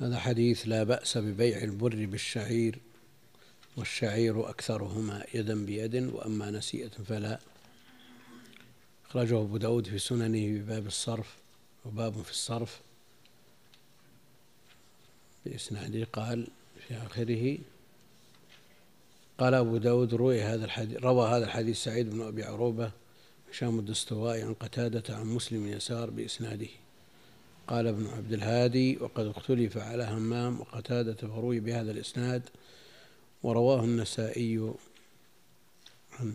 هذا حديث لا بأس ببيع البر بالشعير، والشعير أكثرهما يدا بيد، وأما نسيئة فلا. أخرجه أبو داود في سننه بباب الصرف، وباب في الصرف بإسناده. قال في آخره: قال أبو داود روى هذا الحديث سعيد بن أبي عروبة هشام الدستوائي عن قتادة عن مسلم يسار بإسناده. قال ابن عبد الهادي: وقد اختلف على همام وقتادة فروي بهذا الإسناد، ورواه النسائي عن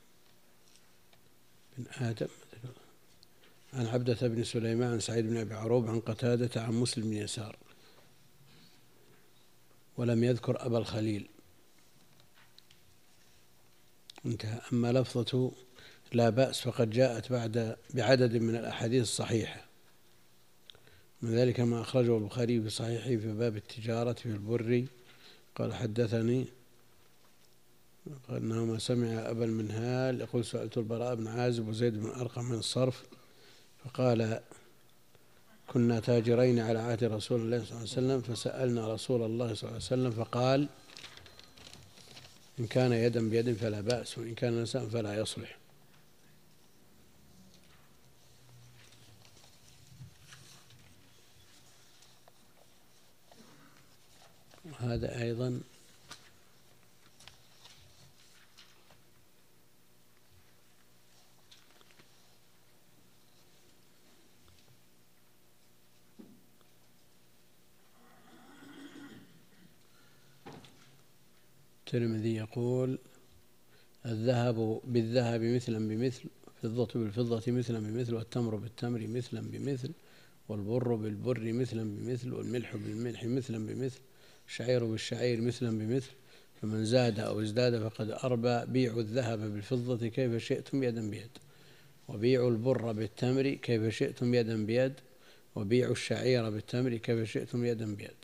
بن آدم عن عبدة بن سليمان عن سعيد بن أبي عروبة عن قتادة عن مسلم بن يسار، ولم يذكر أبا الخليل. انتهى. أما لفظة لا بأس فقد جاءت بعدد من الأحاديث الصحيحة، من ذلك ما أخرجه البخاري في صحيحه في باب التجارة في البر. قال حدثني قال أنه ما سمع أبا المنهال يقول: سألت البراء بن عازب وزيد بن أرقم عن الصرف، فقال: كنا تاجرين على عهد رسول الله صلى الله عليه وسلم، فسألنا رسول الله صلى الله عليه وسلم فقال: إن كان يدا بيد فلا بأس، وإن كان نساء فلا يصلح. وهذا أيضا الترمذي يقول: الذهب بالذهب مثلا بمثل، الفضة بالفضة مثلا بمثل، والتمر بالتمر مثلا بمثل، والبر بالبر مثلا بمثل، والملح بالملح مثلا بمثل، الشعير بالشعير مثلا بمثل، فمن زاد أو ازداد فقد أربى. بيعوا الذهب بالفضة كيف شئتم يدا بيد، وبيعوا البر بالتمر كيف شئتم يدا بيد، وبيعوا الشعير بالتمر كيف شئتم يدا بيد.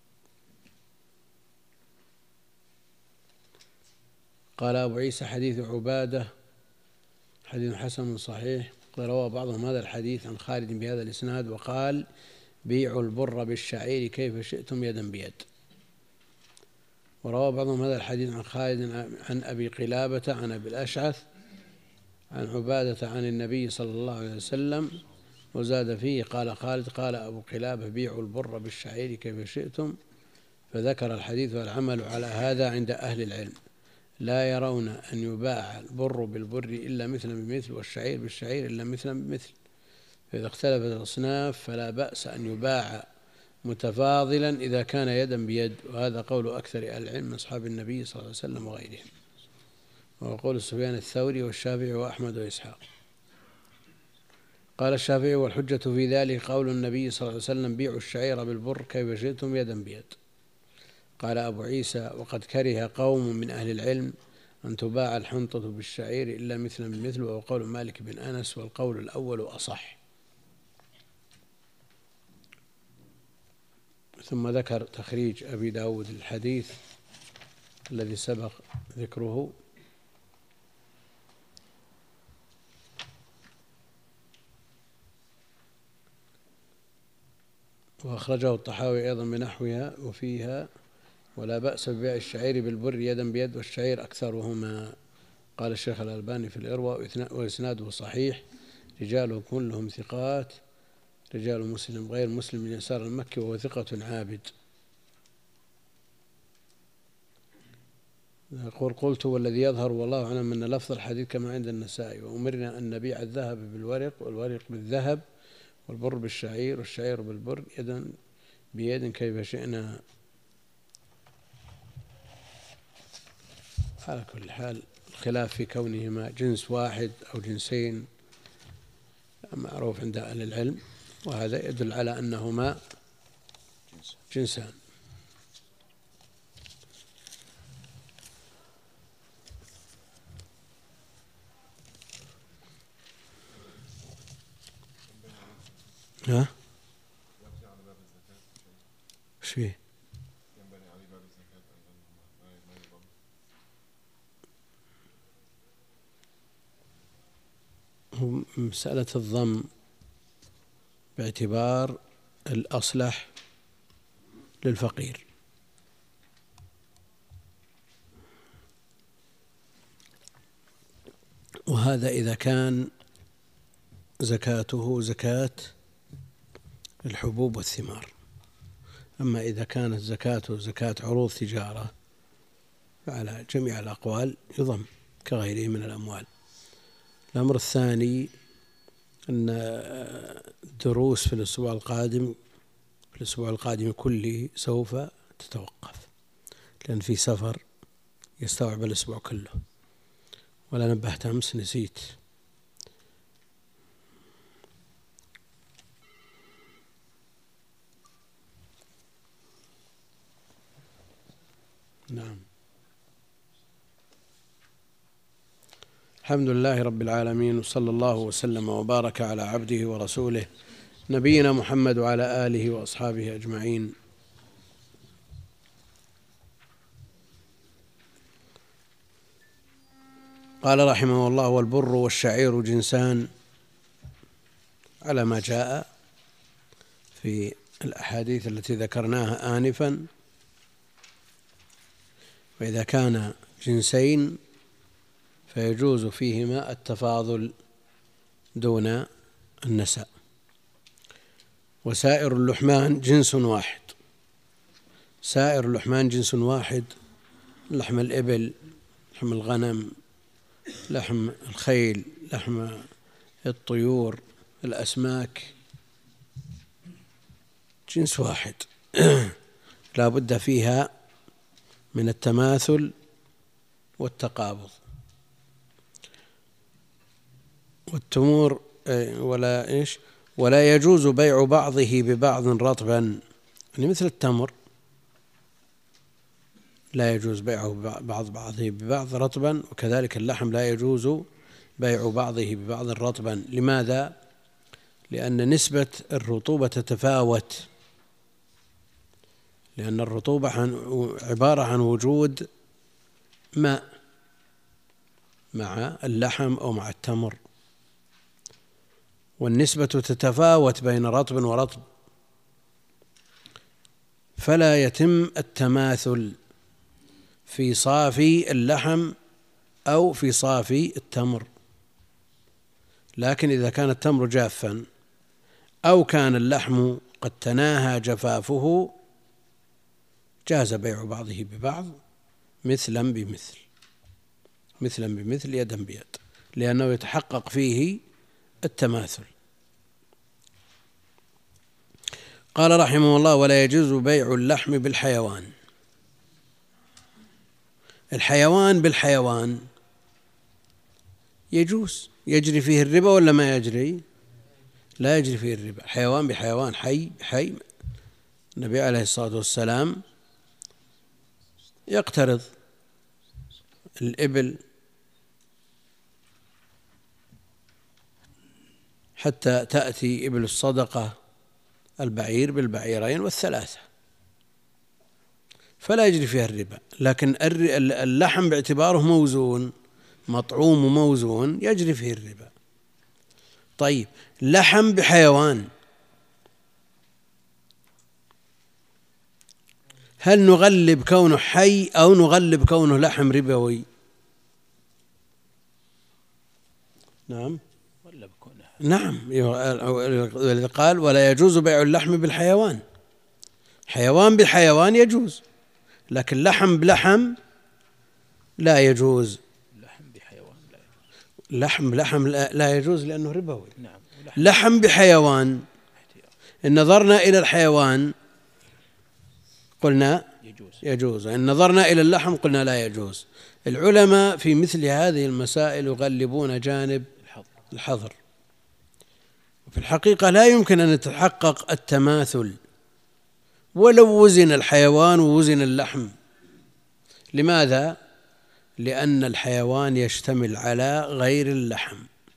قال أبو عيسى: حديث عبادة حديث حسن صحيح. روى بعضهم هذا الحديث عن خالد بهذا الإسناد وقال: بيعوا البر بالشعير كيف شئتم يدا بيد. وروى بعضهم هذا الحديث عن خالد عن أبي قلابة عن أبي الأشعث عن عبادة عن النبي صلى الله عليه وسلم، وزاد فيه: قال خالد: قال أبو قلابة: بيعوا البر بالشعير كيف شئتم. فذكر الحديث والعمل على هذا عند أهل العلم، لا يرون أن يباع البر بالبر إلا مثلا بمثل، والشعير بالشعير إلا مثلا بمثل. فإذا اختلفت الأصناف فلا بأس أن يباع متفاضلا إذا كان يدا بيد، وهذا قول أكثر أهل العلم من أصحاب النبي صلى الله عليه وسلم وغيرهم، وقول سفيان الثوري والشافعي وأحمد وإسحاق. قال الشافعي: والحجة في ذلك قول النبي صلى الله عليه وسلم: بيعوا الشعير بالبر كيف شئتم يدا بيد. قال أبو عيسى: وقد كره قوم من أهل العلم أن تباع الحنطة بالشعير إلا مثلا بمثل، وهو قول مالك بن أنس، والقول الأول أصح. ثم ذكر تخريج أبي داود الحديث الذي سبق ذكره. وأخرجه الطحاوي أيضا بنحوها وفيها: ولا بأس ببيع الشعير بالبر يدا بيد، والشعير أكثرهما. قال الشيخ الألباني في الإرواء: وإسناده صحيح، رجاله كلهم ثقات، رجال مسلم غير مسلم بن يسار المكي وهو ثقة عابد. يقول: قلت: والذي يظهر والله أعلم أن لفظ الحديث كما عند النسائي، وأمرنا أن نبيع الذهب بالورق، والورق بالذهب، والبر بالشعير، والشعير بالبر يدا بيد كيف شئنا. على كل حال الخلاف في كونهما جنس واحد أو جنسين معروف عند أهل العلم، وهذا يدل على أنهما جنسان. ها؟ ايش فيه؟ مسألة الضم باعتبار الأصلح للفقير. وهذا إذا كان زكاته زكاة الحبوب والثمار. أما إذا كانت زكاته زكاة عروض تجارة فعلى جميع الأقوال يضم كغيره من الأموال. الأمر الثاني أن الدروس في الأسبوع القادم كله سوف تتوقف، لأن في سفر يستوعب الأسبوع كله، ولا نبهت أمس نسيت. نعم. الحمد لله رب العالمين، وصلى الله وسلم وبارك على عبده ورسوله نبينا محمد وعلى آله وأصحابه أجمعين. قال رحمه الله: والبر والشعير جنسان، على ما جاء في الأحاديث التي ذكرناها آنفا. وإذا كان جنسين فيجوز فيهما التفاضل دون النساء. وسائر اللحمان جنس واحد، سائر اللحمان جنس واحد: لحم الإبل، لحم الغنم، لحم الخيل، لحم الطيور، الأسماك، جنس واحد لا بد فيها من التماثل والتقابض. والتمور ولا يجوز بيع بعضه ببعض رطبا، يعني مثل التمر لا يجوز بيعه بعضه ببعض رطبا، وكذلك اللحم لا يجوز بيع بعضه ببعض رطبا. لماذا؟ لأن نسبة الرطوبة تتفاوت، لأن الرطوبة عبارة عن وجود ماء مع اللحم أو مع التمر، والنسبة تتفاوت بين رطب ورطب، فلا يتم التماثل في صافي اللحم أو في صافي التمر. لكن إذا كان التمر جافا أو كان اللحم قد تناهى جفافه جاز بيع بعضه ببعض مثلا بمثل، مثلا بمثل، يدا بيد، لأنه يتحقق فيه التماثل. قال رحمه الله: ولا يجوز بيع اللحم بالحيوان. الحيوان بالحيوان يجوز، يجري فيه الربا ولا ما يجري؟ لا يجري فيه الربا. حيوان بحيوان، حي بحي. النبي عليه الصلاة والسلام يقترض الإبل حتى تأتي إبل الصدقة البعير بالبعيرين والثلاثة، فلا يجري فيها الربا. لكن اللحم باعتباره موزون، مطعوم وموزون، يجري فيه الربا. طيب، لحم بحيوان، هل نغلب كونه حي أو نغلب كونه لحم ربوي؟ نعم، نعم. قال: ولا يجوز بيع اللحم بالحيوان. حيوان بالحيوان يجوز، لكن لحم بلحم لا يجوز. لحم لا يجوز لأنه ربوي. لحم بحيوان، إن نظرنا إلى الحيوان قلنا يجوز، إن نظرنا إلى اللحم قلنا لا يجوز. العلماء في مثل هذه المسائل يغلبون جانب الحظر. في الحقيقة لا يمكن أن يتحقق التماثل ولو وزن الحيوان ووزن اللحم. لماذا؟ لأن الحيوان يشتمل على غير اللحم،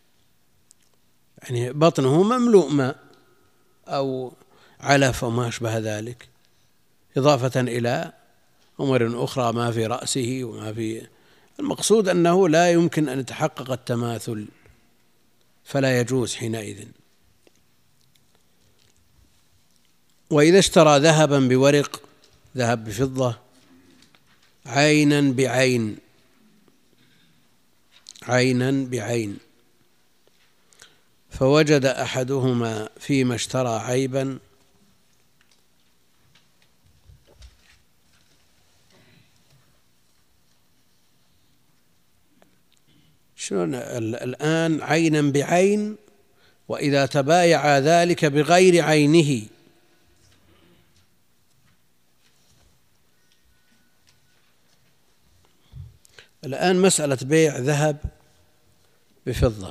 يعني بطنه مملوء ماء أو علف أو ما أشبه ذلك، إضافة إلى أمور أخرى ما في رأسه وما في. المقصود أنه لا يمكن أن يتحقق التماثل، فلا يجوز حينئذ. وإذا اشترى ذهبا بورق ذهب بفضة عينا بعين، عينا بعين، فوجد أحدهما فيما اشترى عيبا شلون الآن عينا بعين، وإذا تبايع ذلك بغير عينه الآن مسألة بيع ذهب بفضة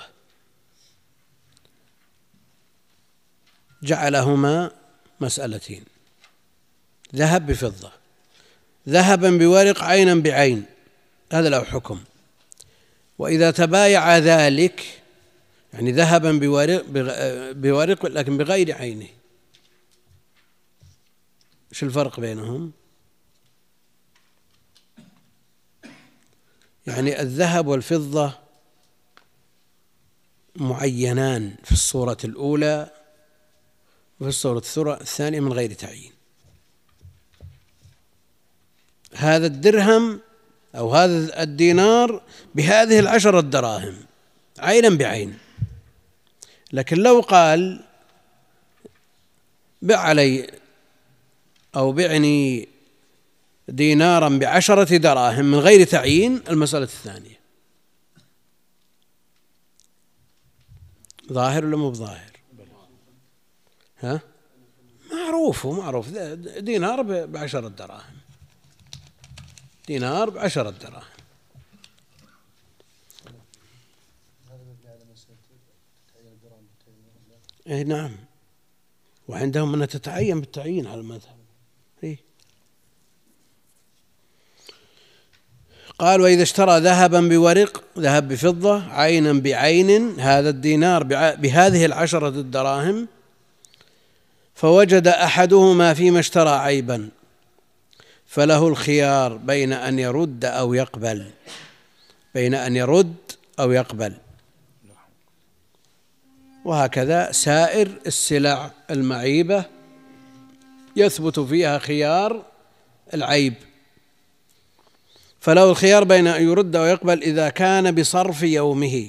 جعلهما مسألتين، ذهب بفضة، ذهبا بورق عينا بعين، هذا له حكم. وإذا تبايع ذلك يعني ذهبا بورق لكن بغير عينه، شو الفرق بينهم؟ يعني الذهب والفضة معينان في الصورة الأولى وفي الصورة الثانية من غير تعيين. هذا الدرهم أو هذا الدينار بهذه 10 دراهم عينا بعين، لكن لو قال بع علي أو بعني دينارا ب10 دراهم من غير تعيين، المسألة الثانية. ظاهر ولا مو بظاهر؟ ها؟ معروف دينار ب10 دراهم، دينار ب10 دراهم. اي نعم، وعندهم أنها تتعين بالتعيين على المذهب. إيه؟ قال وإذا اشترى ذهبا بورق، ذهب بفضة عينا بعين، هذا الدينار بهذه 10 دراهم، فوجد أحدهما فيما اشترى عيبا، فله الخيار بين أن يرد أو يقبل، بين أن يرد أو يقبل. وهكذا سائر السلع المعيبة يثبت فيها خيار العيب، فله الخيار بين أن يرد أو يقبل إذا كان بصرف يومه.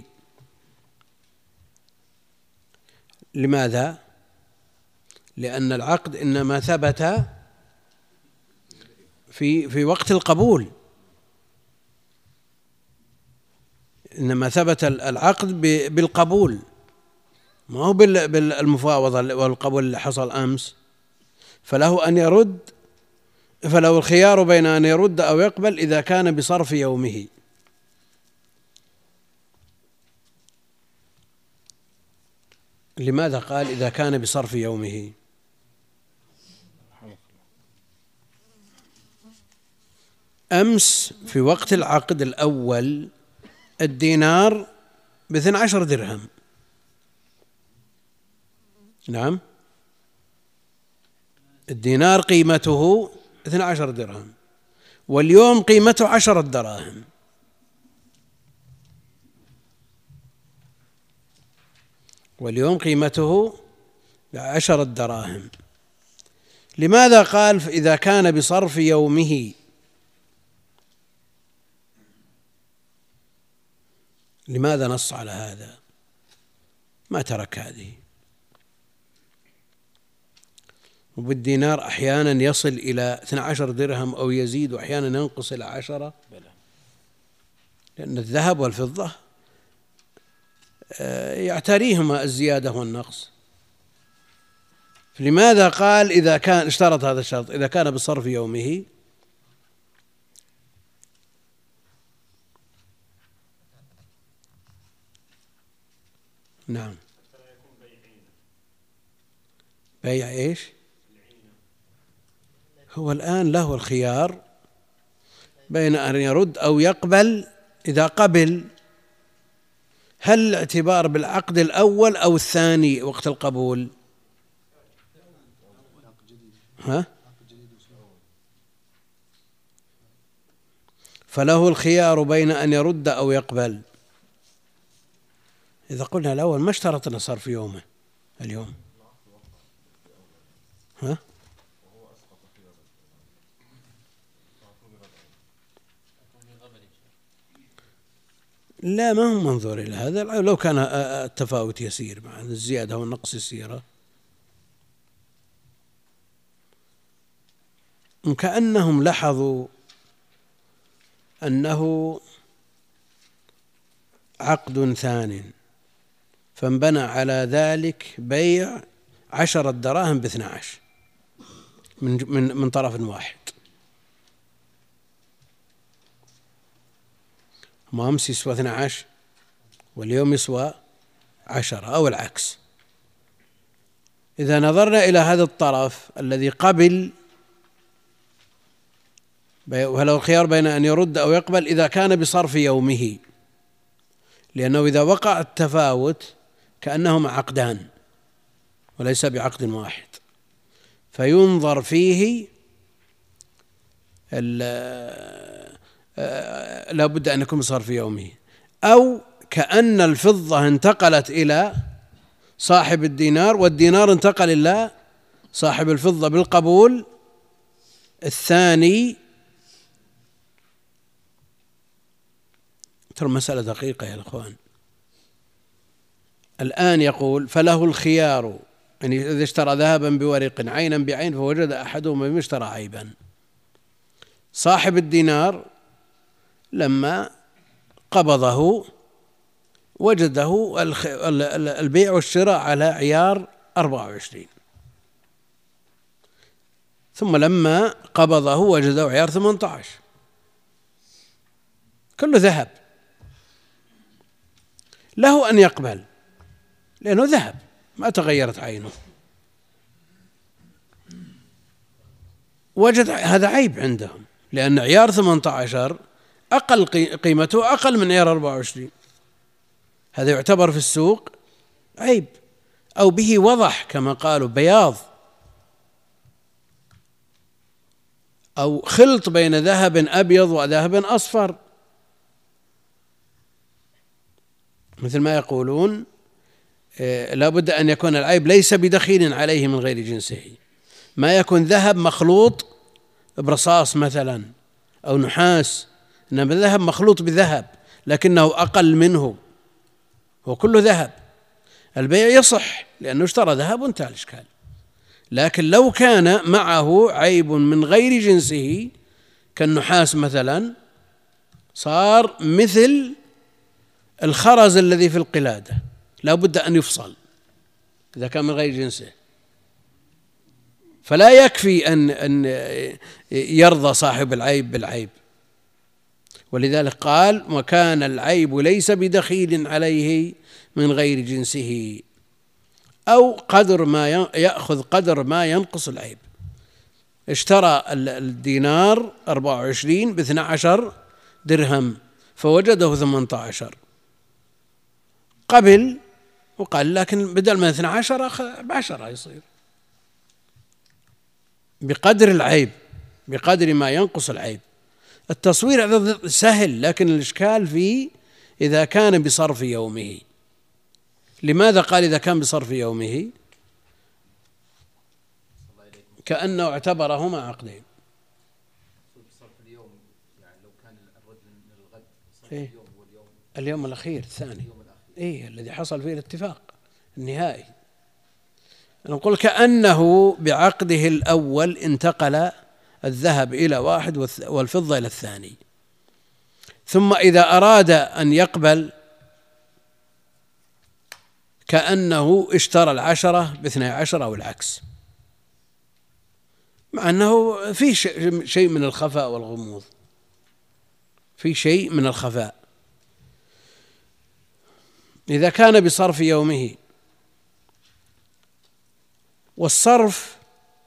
لماذا؟ لأن العقد إنما ثبت في وقت القبول، إنما ثبت العقد بالقبول، ما هو بالمفاوضة والقبول اللي حصل أمس. فله أن يرد، فله الخيار بين أن يرد أو يقبل إذا كان بصرف يومه. لماذا قال إذا كان بصرف يومه؟ أمس في وقت العقد الأول الدينار ب12 درهم، نعم، الدينار قيمته 12 درهم، واليوم قيمته 10 دراهم. واليوم قيمته 10 دراهم. لماذا قال إذا كان بصرف يومه؟ لماذا نص على هذا؟ ما ترك هذه. وبالدينار أحيانا يصل إلى 12 درهم أو يزيد، وأحيانا ينقص إلى 10، لأن الذهب والفضة يعتريهما الزيادة والنقص. فلماذا قال إذا كان اشترط هذا الشرط إذا كان بصرف يومه؟ نعم، بيع إيش؟ هو الآن له الخيار بين أن يرد أو يقبل. إذا قبل، هل الاعتبار بالعقد الأول أو الثاني وقت القبول؟ ها؟ فله الخيار بين أن يرد أو يقبل. إذا قلنا الأول ما اشترطنا صرف يومه اليوم، ها؟ لا، ما هو منظور إلى هذا. لو كان التفاوت يسير مع الزيادة والنقص يسيرة، كأنهم لاحظوا أنه عقد ثان، فانبنى على ذلك بيع 10 دراهم ب12 من طرف واحد. ما أمس يسوى 12 واليوم يسوى 10 أو العكس. إذا نظرنا إلى هذا الطرف الذي قبل، وله الخيار بين أن يرد أو يقبل إذا كان بصرف يومه، لأنه إذا وقع التفاوت كأنهما عقدان وليس بعقد واحد، فينظر فيه لا بد أن يكون بصرف يومه، أو كأن الفضة انتقلت إلى صاحب الدينار والدينار انتقل إلى صاحب الفضة بالقبول الثاني. ترى مسألة دقيقة يا الأخوان. الآن يقول فله الخيار، يعني إذا اشترى ذهبا بورق عينا بعين فوجد أحدهما بما اشترى عيبا، صاحب الدينار لما قبضه وجده البيع والشراء على عيار 24، ثم لما قبضه وجده عيار 18، كله ذهب. له أن يقبل لأنه ذهب ما تغيرت عينه، وجد هذا عيب عندهم، لأن عيار 18 أقل قيمته أقل من عيار 24، هذا يعتبر في السوق عيب، أو به وضح كما قالوا بياض، أو خلط بين ذهب أبيض وذهب أصفر، مثل ما يقولون لا بد أن يكون العيب ليس بدخيل عليه من غير جنسه، ما يكون ذهب مخلوط برصاص مثلا أو نحاس، إنما ذهب مخلوط بذهب لكنه أقل منه، هو كله ذهب، البيع يصح لأنه اشترى ذهب وانتهى الإشكال. لكن لو كان معه عيب من غير جنسه كالنحاس مثلا، صار مثل الخرز الذي في القلادة، لا بد أن يفصل إذا كان من غير جنسه، فلا يكفي أن يرضى صاحب العيب بالعيب. ولذلك قال وكان العيب ليس بدخيل عليه من غير جنسه، أو قدر ما يأخذ قدر ما ينقص العيب. اشترى الدينار 24 ب12 درهم فوجده 18، قبل وقال لكن بدل من 12 ب10 يصير، بقدر العيب، بقدر ما ينقص العيب. التصوير هذا سهل، لكن الإشكال فيه إذا كان بصرف يومه. لماذا قال إذا كان بصرف يومه؟ كأنه اعتبرهما عقدين. بصرف اليوم يعني لو كان الرجل من الغد صرف إيه؟ اليوم واليوم اليوم الأخير الثاني، إيه الذي حصل فيه الاتفاق النهائي. نقول كأنه بعقده الأول انتقل الذهب إلى واحد والفضة إلى الثاني، ثم إذا أراد أن يقبل كأنه اشترى 10 ب12 أو العكس، مع أنه في شيء من الخفاء والغموض، في شيء من الخفاء. إذا كان بصرف يومه، والصرف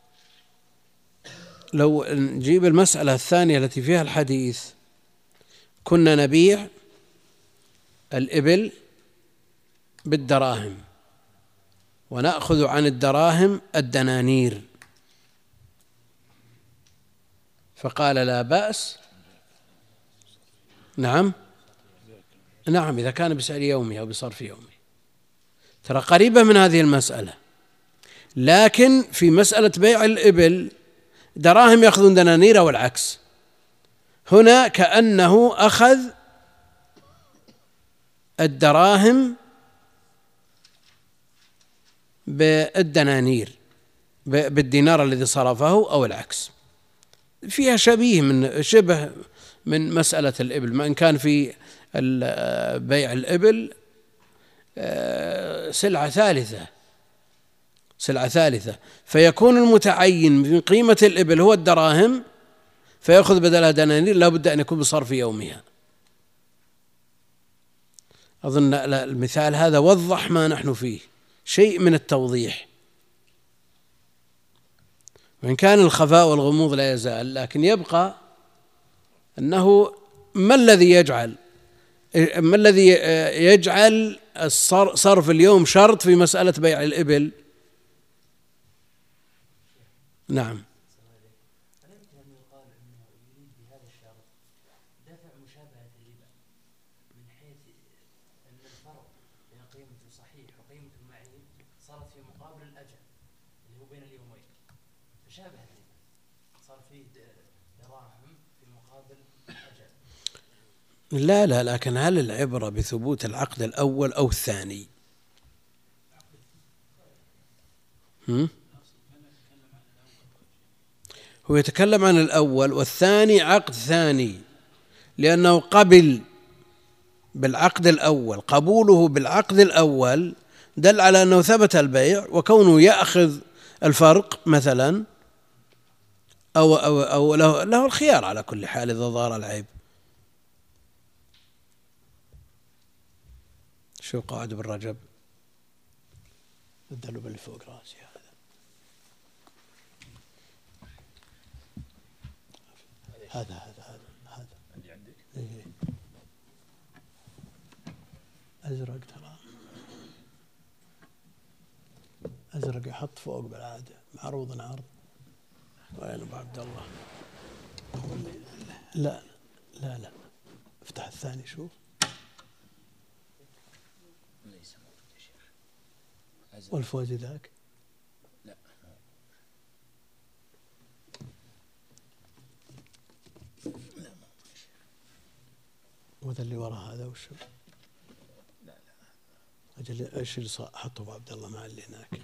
لو نجيب المسألة الثانية التي فيها الحديث، كنا نبيع الإبل بالدراهم ونأخذ عن الدراهم الدنانير، فقال لا بأس. نعم إذا كان بسعر يومي أو بصرف يومي، ترى قريبة من هذه المسألة. لكن في مسألة بيع الإبل دراهم يأخذون دنانير والعكس، هنا كأنه أخذ الدراهم بالدنانير، بالدينار الذي صرفه أو العكس. فيها شبه من مسألة الإبل، ما إن كان في بيع الإبل سلعة ثالثة، فيكون المتعين من قيمة الإبل هو الدراهم، فيأخذ بدلها دنانير، لا بد أن يكون بصرف يومها. أظن المثال هذا وضح ما نحن فيه، شيء من التوضيح، وإن كان الخفاء والغموض لا يزال، لكن يبقى أنه ما الذي يجعل صرف اليوم شرط في مسألة بيع الإبل؟ نعم. ألا يمكن أن يقال أنه يريد بهذا الشرط دفع مشابهة الربا، من حيث أن الفرق بين قيمة صحيح وقيمة معين صارت في مقابل الأجل اللي هو بين اليومين، فشابه الربا، صار فيه دراهم في مقابل أجل. لا، لكن هل العبرة بثبوت العقد الأول أو الثاني؟ هو يتكلم عن الأول، والثاني عقد ثاني، لأنه قبل بالعقد الأول. قبوله بالعقد الأول دل على أنه ثبت البيع، وكونه يأخذ الفرق مثلا أو له الخيار على كل حال إذا ظهر العيب. شو قاعد بالرجب بدلوا باللي فوق راسي هذا عندي عندك إيه. أزرق، ترى أزرق يحط فوق بالعادة، معروض عرض. وين أبو عبد الله؟ لا افتح الثاني شوف. ليس موجود يا شيخ. والفوزي ذاك لا، وذا اللي وراء هذا وشو؟ لا أجل إيش اللي حطه أبو عبد الله مع اللي هناك؟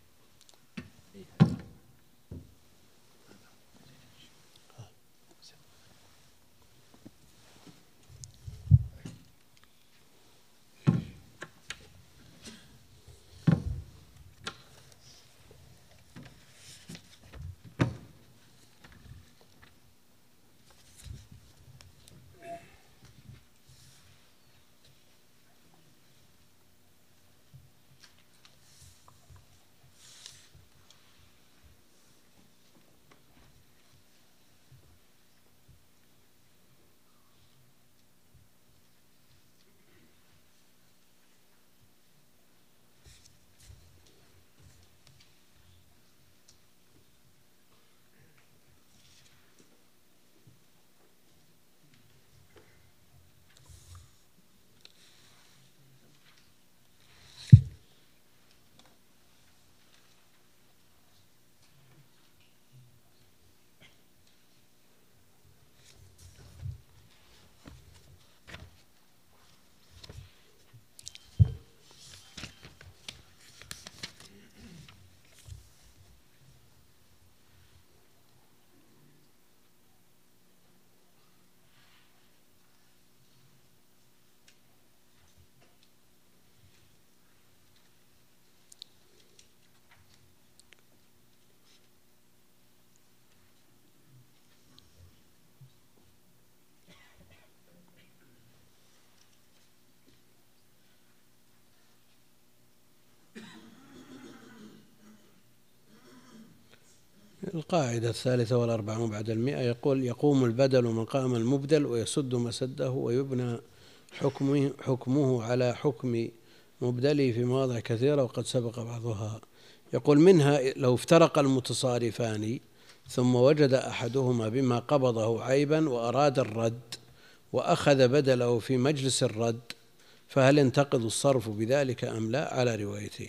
القاعدة 43 بعد 100 يقول: يقوم البدل مقام المبدل ويسد مسده ويبنى حكمه على حكم مبدله في مواضع كثيرة وقد سبق بعضها. يقول: منها لو افترق المتصارفان ثم وجد أحدهما بما قبضه عيبا وأراد الرد وأخذ بدله في مجلس الرد، فهل ينتقض الصرف بذلك أم لا؟ على روايتين.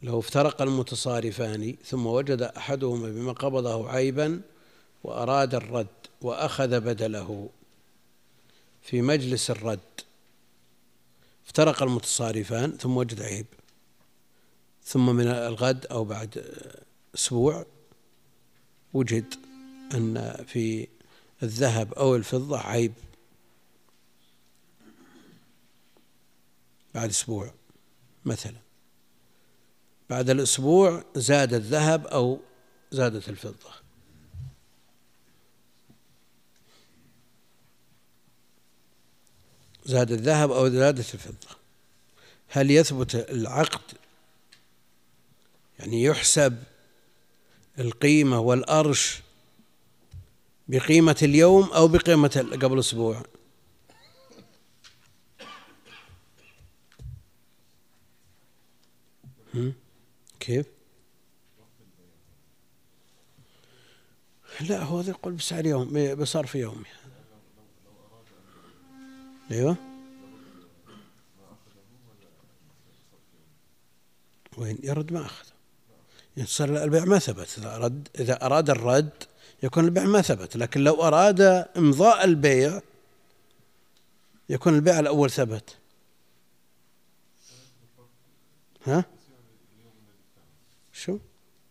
لو افترق المتصارفان ثم وجد أحدهما بما قبضه عيبا وأراد الرد وأخذ بدله في مجلس الرد، افترق المتصارفان ثم وجد عيب، ثم من الغد أو بعد أسبوع وجد أن في الذهب أو الفضة عيب بعد أسبوع مثلا، بعد الأسبوع زاد الذهب أو زادت الفضة، زاد الذهب أو زادت الفضة، هل يثبت العقد؟ يعني يحسب القيمة والأرش بقيمة اليوم أو بقيمة قبل أسبوع؟ كيف؟ لا، هو يقول بسعر يوم، بصرف يومي. ايوه، وين يرد ما أخذ، يصير البيع ما ثبت. إذا أراد الرد يكون البيع ما ثبت، لكن لو أراد إمضاء البيع يكون البيع الأول ثبت. ها؟ شو؟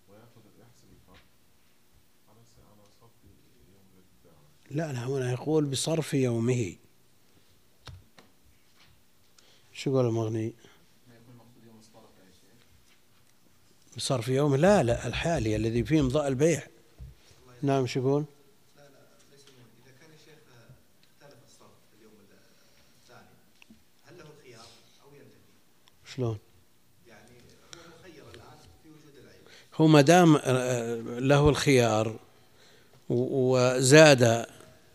لا هنا يقول بصرف يومه. شو يقول المغني؟ بصرف يومه؟ لا الحالي الذي فيه إمضاء البيع. نعم، شو يقول؟ لا ليس مهم. إذا كان الشيخ اختلف الصرف في اليوم الثاني، هل له الخيار أو ينتهي؟ شلون؟ يعني هو مخير الآن في وجود العيب. هو ما دام له الخيار وزاد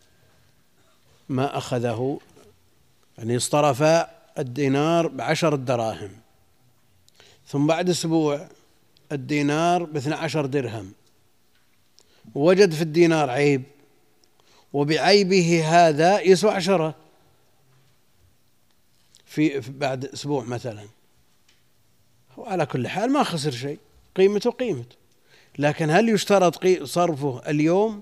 ما أخذه، يعني اصطرف الدينار ب10 دراهم، ثم بعد أسبوع الدينار ب12 درهم، ووجد في الدينار عيب، وبعيبه هذا يسوى 10 في بعد أسبوع مثلا، هو على كل حال ما خسر شيء، قيمته قيمته. لكن هل يشترط صرفه اليوم؟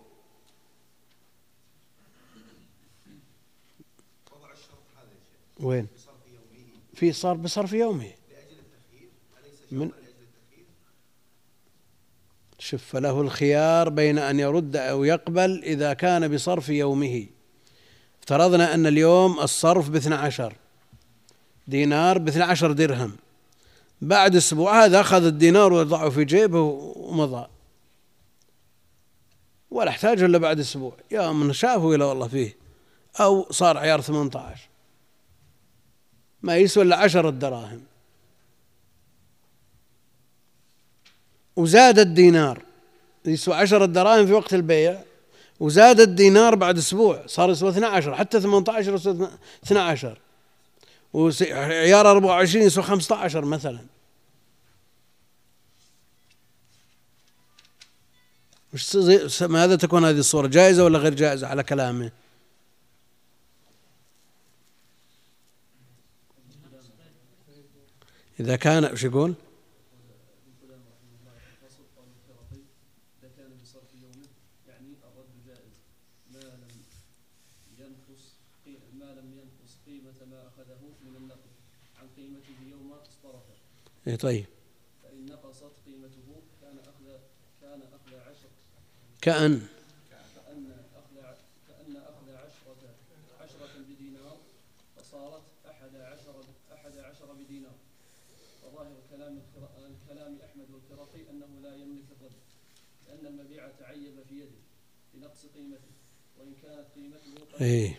وضع الشرط هذا يا شيخ وين؟ بصرف يومه في صار بصرف يومه لأجل التخيير، أليس شرطا من لأجل التخيير؟ شف له الخيار بين أن يرد أو يقبل إذا كان بصرف يومه. افترضنا أن اليوم الصرف ب12 دينار ب12 درهم، بعد أسبوع هذا أخذ الدينار وضعه في جيبه ومضى، ولا احتاج إلا بعد أسبوع، يا من شافه إلى والله فيه، أو صار عيار 18 ما يسوى إلا 10 دراهم، وزاد الدينار يسوى 10 دراهم في وقت البيع، وزاد الدينار بعد أسبوع صار يسوى 12، حتى 18 يسوى 12، وعيار 24 يسوى 15 مثلا. ماذا تكون هذه الصورة؟ جائزة ولا غير جائزة على كلامه؟ إذا كان ايش يقول؟ إيه طيب. فإن نقصت قيمته كان أخذ كأن أخذ عشرة بدينار، فصارت 11 بدينار. وظاهر كلام أحمد والكرخي أنه لا يملك الرد، لأن المبيع تعيب في يده بنقص قيمته، وإن كانت قيمته إيه.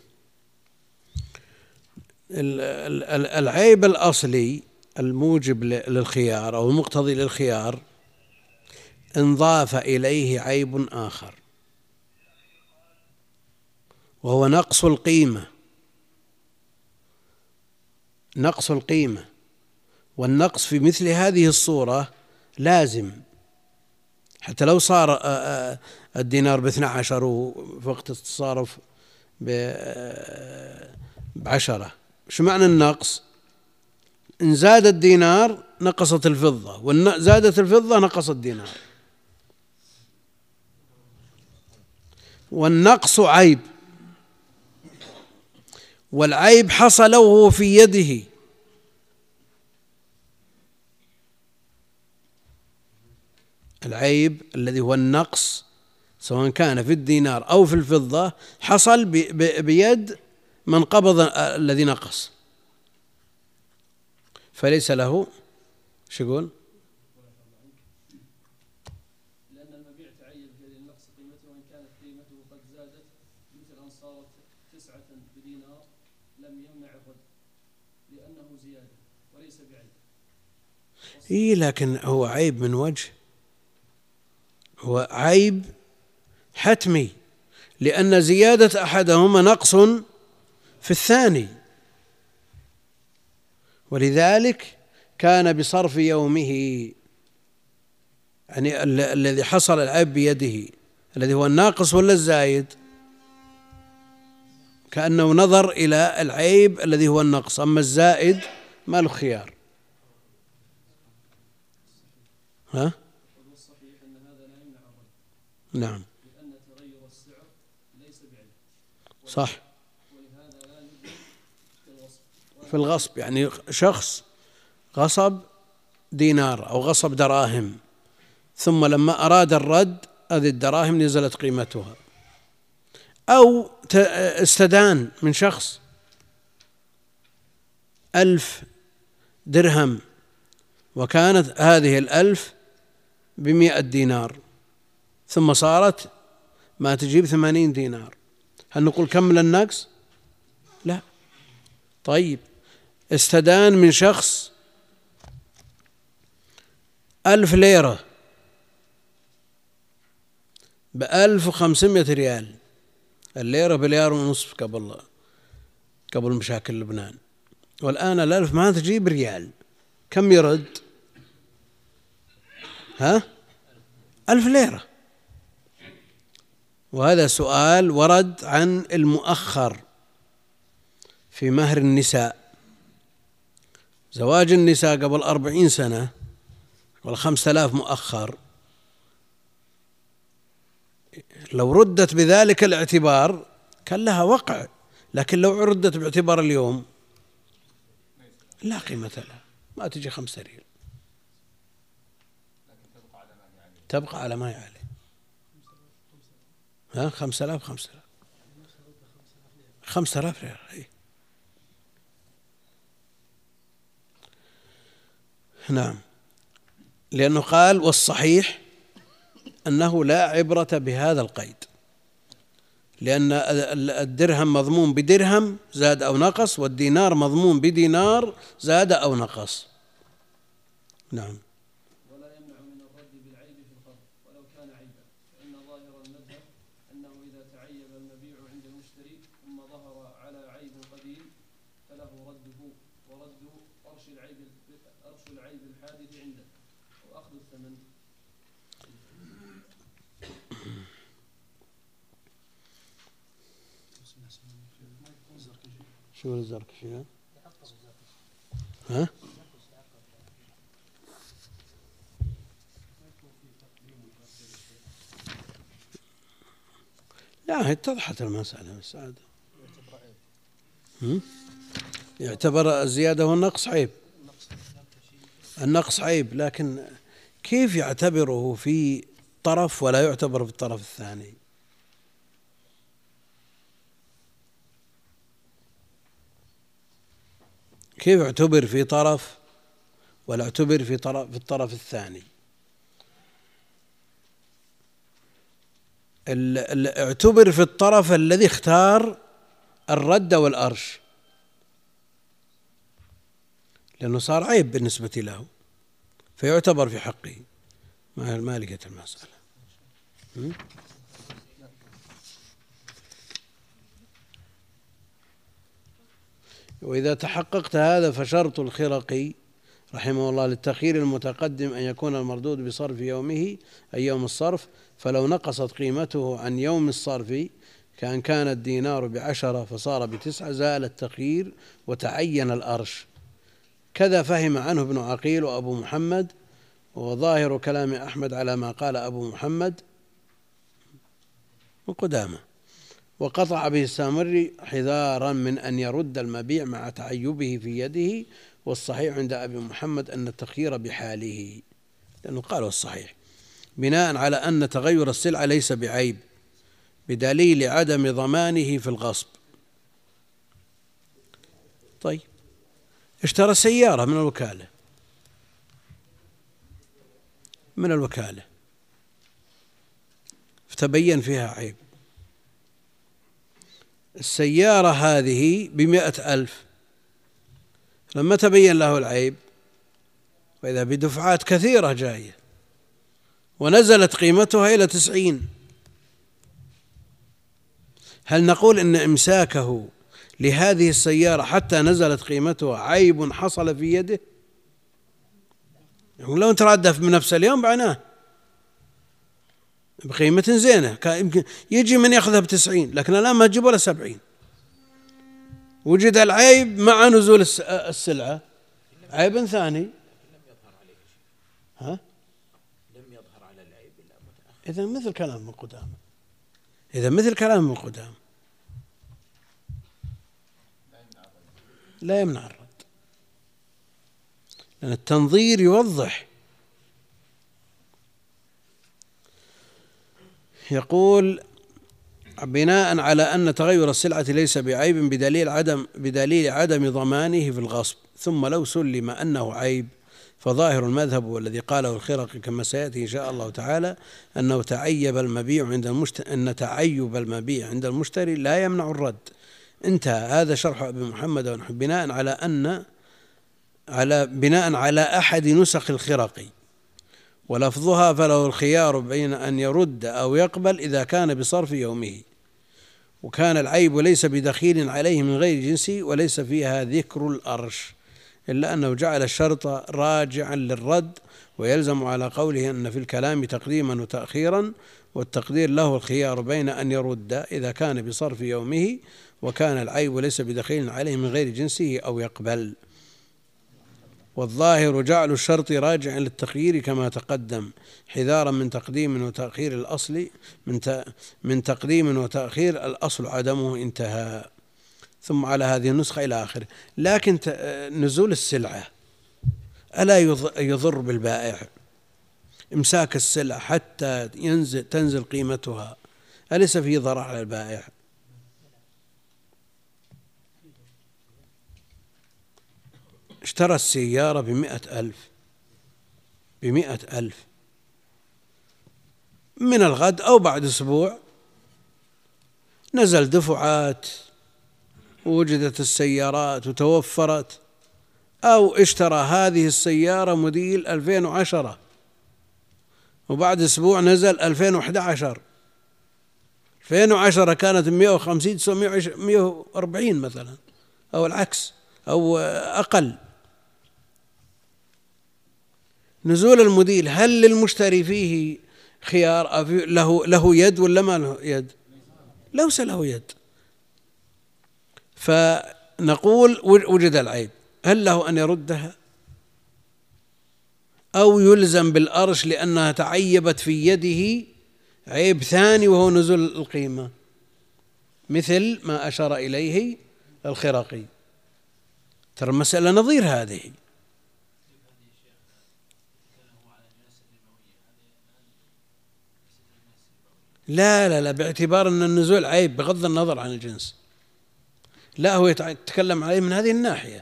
العيب الأصلي الموجب للخيار أو المقتضي للخيار انضاف إليه عيب آخر، وهو نقص القيمة. نقص القيمة، والنقص في مثل هذه الصورة لازم، حتى لو صار الدينار ب12 وفي وقت التصارف ب10. شو معنى النقص؟ إن زاد الدينار نقصت الفضة، وزادت الفضة نقص الدينار. والنقص عيب، والعيب حصل وهو في يده، العيب الذي هو النقص سواء كان في الدينار أو في الفضة حصل بيد من قبض الذي نقص، فليس له شو يقول؟ لأن المبيع تعين في النقص قيمته، وإن كانت قيمته قد زادت مثل أن صارت 9 بدينار لم يمنع الرد لأنه زيادة وليس بعيب. لكن هو عيب من وجه، هو عيب حتمي، لأن زيادة أحدهما نقص في الثاني، ولذلك كان بصرف يومه، يعني الذي حصل العيب بيده الذي هو الناقص ولا الزايد، كأنه نظر إلى العيب الذي هو النقص، أما الزائد ما له خيار. ها؟ والصحيح أن هذا لا يمنع الرد. نعم. لأن تغير السعر ليس بعيب. صح. ولهذا لا يجوز في الغصب، يعني شخص غصب دينار أو غصب دراهم، ثم لما أراد الرد هذه الدراهم نزلت قيمتها، أو استدان من شخص 1000 درهم وكانت هذه 1000 ب100 دينار، ثم صارت ما تجيب 80 دينار، هل نقول كمل النقص؟ لا. طيب استدان من شخص 1000 ليرة ب1500 ريال، الليرة بليار ونصف قبل مشاكل لبنان، والآن 1000 ما تجيب ريال، كم يرد؟ 1000 ليرة. وهذا سؤال ورد عن المؤخر في مهر النساء، زواج النساء قبل 40 سنة وال5000 مؤخر، لو ردت بذلك الاعتبار كان لها وقع، لكن لو ردت باعتبار اليوم لا قيمة لها، ما تجي 5 ريال، تبقى على ما هي عليه. 5000 ريال. نعم، لأنه قال والصحيح أنه لا عبرة بهذا القيد، لأن الدرهم مضمون بدرهم زاد أو نقص، والدينار مضمون بدينار زاد أو نقص. نعم. ولا يمنع من الرد بالعيب في القرض ولو كان عيبا، فإن ظاهر المذهب أنه إذا تعيب المبيع عند المشتري ثم ظهر على عيب قديم فله رده، ورد أرش العيب الحادث عنده وأخذ الثمن. شو الزركشي؟ ها؟ لا، اتضحت المسألة السعادة. يعتبر الزيادة والنقص عيب، النقص عيب، لكن كيف يعتبره في طرف ولا يعتبر في الطرف الثاني؟ كيف اعتبر في طرف ولا اعتبر في الطرف الثاني؟ اعتبر في الطرف الذي اختار الرد والأرش، لأنه صار عيب بالنسبة له فيعتبر في حقه مع مالكة المسألة. وإذا تحققت هذا فشرط الخرقي رحمه الله للتخيير المتقدم أن يكون المردود بصرف يومه أي يوم الصرف، فلو نقصت قيمته عن يوم الصرف كان الدينار ب10 فصار ب9 زال التخيير وتعين الأرش، كذا فهم عنه ابن عقيل وأبو محمد، وظاهر كلام أحمد على ما قال أبو محمد وقدامه، وقطع به السامري حذارا من أن يرد المبيع مع تعيبه في يده. والصحيح عند أبي محمد أن التخيير بحاله، لأنه قال الصحيح بناء على أن تغير السلعة ليس بعيب بدليل عدم ضمانه في الغصب. طيب، اشترى سيارة من الوكالة فتبين فيها عيب. السيارة هذه ب100,000، لما تبين له العيب وإذا بدفعات كثيرة جاية ونزلت قيمتها إلى 90، هل نقول إن إمساكه لهذه السيارة حتى نزلت قيمتها عيب حصل في يده؟ يعني لو ترادف بنفس اليوم بعناه بقيمة زينة، يمكن يجي من يأخذها ب90، لكن الآن ما تجيب ولا 70. وجد العيب مع نزول السلعة عيب ثاني. ها؟ لم يظهر على العيب إلا متأخر. إذا مثل كلام من قدام لا يمنع الرد، لأن التنظير يوضح. يقول بناء على أن تغير السلعة ليس بعيب بدليل عدم ضمانه في الغصب. ثم لو سلم أنه عيب فظاهر المذهب والذي قاله الخرقي كما سيأتي إن شاء الله تعالى أن تعيب المبيع عند المشتري لا يمنع الرد. انتهى. هذا شرح أبي محمد بناء على أحد نسخ الخرقي، ولفظها فله الخيار بين أن يرد أو يقبل إذا كان بصرف يومه، وكان العيب ليس بدخيل عليه من غير جنسه وليس فيها ذكر الأرش، إلا أنه جعل الشرط راجعا للرد، ويلزم على قوله أن في الكلام تقديما وتأخيرا، والتقدير له الخيار بين أن يرد إذا كان بصرف يومه وكان العيب ليس بدخيل عليه من غير جنسه أو يقبل. والظاهر جعل الشرط راجعا للتخيير كما تقدم، حذارا من تقديم وتأخير الأصل من تقديم وتأخير الأصل عدمه. انتهى. ثم على هذه النسخة إلى آخره. لكن نزول السلعة ألا يضر بالبائع؟ إمساك السلعة حتى تنزل قيمتها أليس فيه ضرر على البائع؟ اشترى السيارة ب100,000 من الغد أو بعد أسبوع نزل دفعات ووجدت السيارات وتوفرت، أو اشترى هذه السيارة موديل 2010 وبعد أسبوع نزل 2011. 2010 كانت 150 تسوى 140 مثلا، أو العكس أو أقل. نزول الموديل هل للمشتري فيه خيار؟ له يد ولا ما له يد؟ ليس له يد. فنقول وجد العيب، هل له أن يردها أو يلزم بالأرش لأنها تعيبت في يده عيب ثاني وهو نزول القيمة، مثل ما أشار إليه الخرقي؟ ترى المسألة نظير هذه. لا باعتبار أن النزول عيب بغض النظر عن الجنس، لا هو يتكلم عليه من هذه الناحية،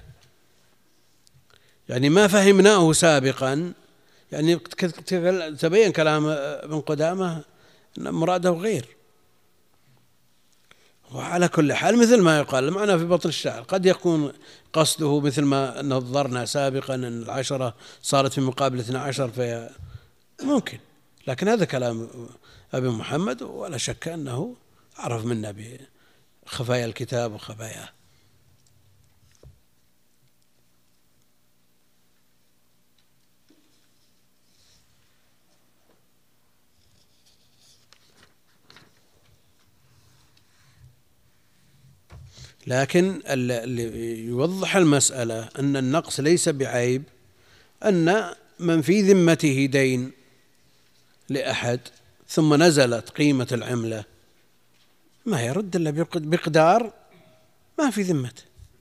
يعني ما فهمناه سابقا، يعني تبين كلام ابن قدامة مراده غير. وعلى كل حال مثل ما يقال معنا في بطن الشعر، قد يكون قصده مثل ما نظرنا سابقا أن 10 صارت في مقابل 12 ممكن، لكن هذا كلام أبي محمد ولا شك أنه عرف منا بخفايا الكتاب وخباياه. لكن اللي يوضح المسألة أن النقص ليس بعيب أن من في ذمته دين لأحد ثم نزلت قيمة العملة ما يرد إلا بمقدار ما في ذمته،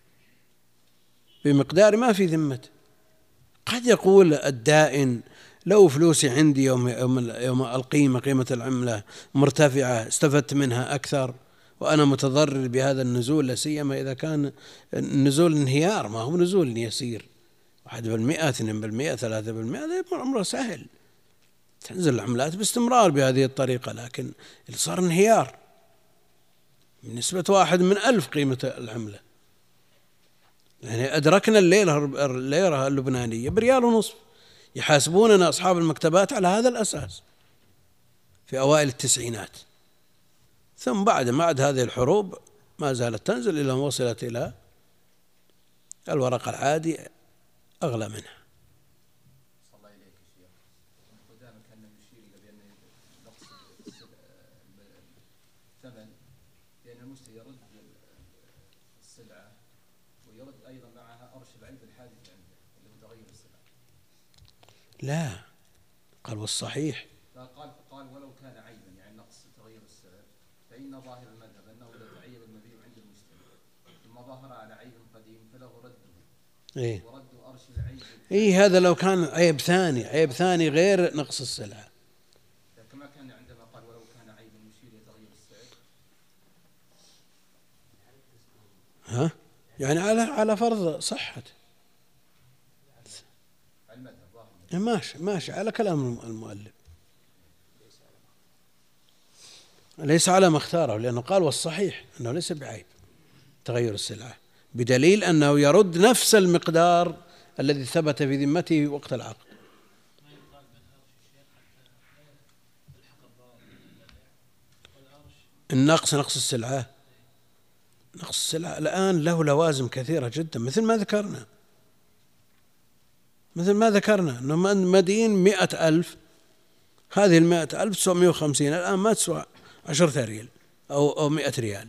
بمقدار ما في ذمته. قد يقول الدائن لو فلوسي عندي يوم القيمة قيمة العملة مرتفعة استفدت منها أكثر وأنا متضرر بهذا النزول، لا سيما إذا كان النزول انهيار ما هو نزول يسير 1%، 2%، 3%، هذا يكون أمره سهل، تنزل العملات باستمرار بهذه الطريقة. لكن اللي صار انهيار بنسبة 1 من 1000 قيمة العملة، يعني أدركنا الليرة اللبنانية ب1.50 ريال، يحاسبوننا أصحاب المكتبات على هذا الأساس في أوائل التسعينات، ثم بعد هذه الحروب ما زالت تنزل إلى أن وصلت إلى الورق العادي أغلى منها. صلى الله إليك يا شيخ. قدامك كان يشير إلى بأن نقص الثمن بأن المشتري يرد السلعة ويرد أيضا معها أرش العيب الحادث عنده اللي هو تغير السلعة. لا، قال والصحيح قال ولو كان عيبا يعني نقص تغير السعر فإن ظاهر المذهب أنه لا تعيب المبيع عند المشتري ثم ظهر على عيب قديم فله رده ورد أرش العيب. هذا لو كان عيب ثاني غير نقص السلعة. كما كان عندما قال ولو كان عيبا يشير إلى تغيير السعر. يعني على فرض صحة ماشي على كلام المؤلف، ليس على ما اختاره، لأنه قال والصحيح أنه ليس بعيب تغير السلعة، بدليل أنه يرد نفس المقدار الذي ثبت في ذمته وقت العقد. النقص نقص السلعة الآن له لوازم كثيرة جدا، مثل ما ذكرنا أنه مدين 100,000، هذه 100,000 تسوى 150 الآن ما تسوى 10 ريال أو 100 ريال.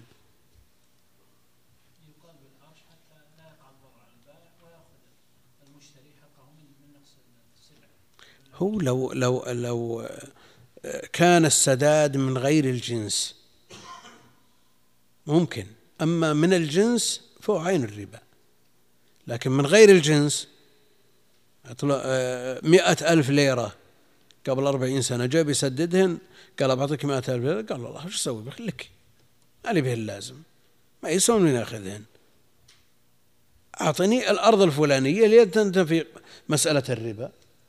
يقال بالعرش حتى لا يقع الضرر على البائع ويأخذ المشتري حقه من نقص السلعة. هو لو كان السداد من غير الجنس ممكن، أما من الجنس فهو عين الربا، لكن من غير الجنس 100,000 ليرة قبل 40 سنة جاء بيسددهن، قال بعطيك 100,000 ليرة، قال الله وش أسوي بخليك علي به اللازم ما يسوون من ياخذهن، أعطني الأرض الفلانية اللي تنتفي مسألة الربا.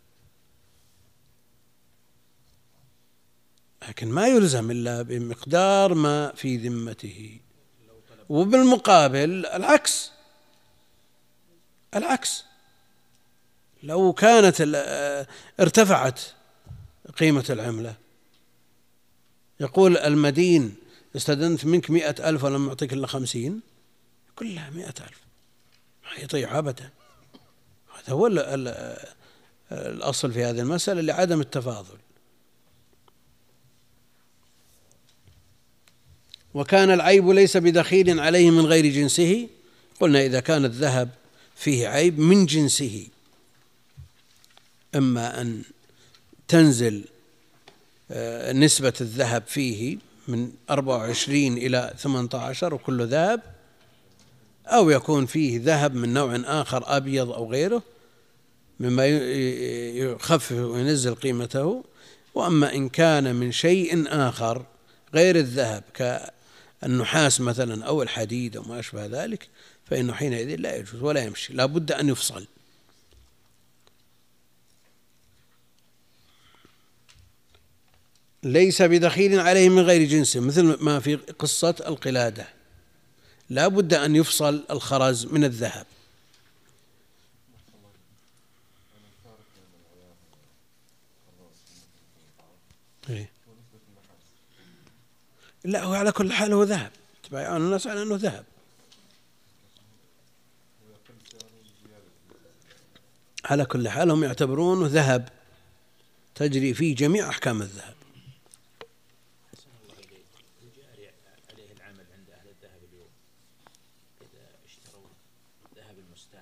لكن ما يلزم إلا بمقدار ما في ذمته. وبالمقابل العكس لو كانت ارتفعت قيمة العملة، يقول المدين استدنت منك 100,000 ولم أعطيك إلا 50، كلها 100,000 ما يطيع أبدا. هذا هو الأصل في هذه المسألة لعدم التفاضل. وكان العيب ليس بدخيل عليه من غير جنسه، قلنا إذا كان الذهب فيه عيب من جنسه، إما أن تنزل نسبة الذهب فيه من 24 إلى 18 وكل ذهب، أو يكون فيه ذهب من نوع آخر أبيض أو غيره مما يخفف وينزل قيمته. وأما إن كان من شيء آخر غير الذهب كالنحاس مثلا أو الحديد أو ما أشبه ذلك فإنه حينئذ لا يجوز ولا يمشي، لا بد أن يفصل. ليس بدخيل عليه من غير جنسه، مثل ما في قصة القلادة، لا بد أن يفصل الخرز من الذهب. لا، هو على كل حال هو ذهب، تبايعون الناس على أنه ذهب. على كل حال هم يعتبرونه ذهب تجري فيه جميع أحكام الذهب. عليه العمل عند أهل الذهب اليوم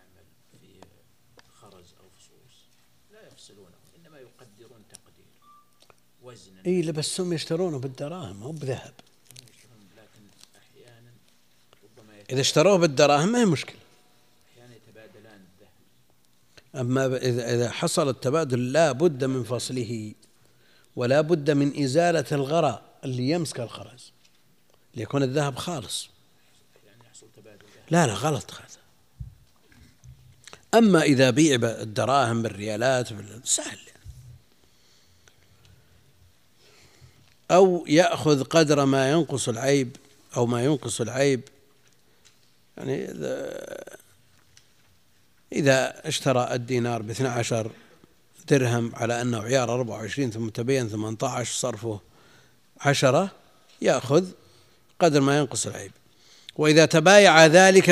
يعمل في خرز أو فصوص لا يفصلونه، إنما يقدرون تقدير وزنا. إيه بس هم يشترونه بالدراهم مو بذهب. لكن أحيانا ربما إذا اشتروه بالدراهم ما هي مشكلة، أحيانا يتبادلان الذهب. أما إذا حصل التبادل لا بد من فصله، ولا بد من إزالة الغراء اللي يمسك الخرز ليكون الذهب خالص. يعني يحصل تبادل. لا غلط هذا. أما إذا بيع الدراهم بالريالات سهل، أو يأخذ قدر ما ينقص العيب أو ما ينقص العيب. يعني إذا اشترى الدينار ب12 درهم على أنه عيار 24 ثم تبين 18 صرفه 10، يأخذ قدر ما ينقص العيب. وإذا تبايع ذلك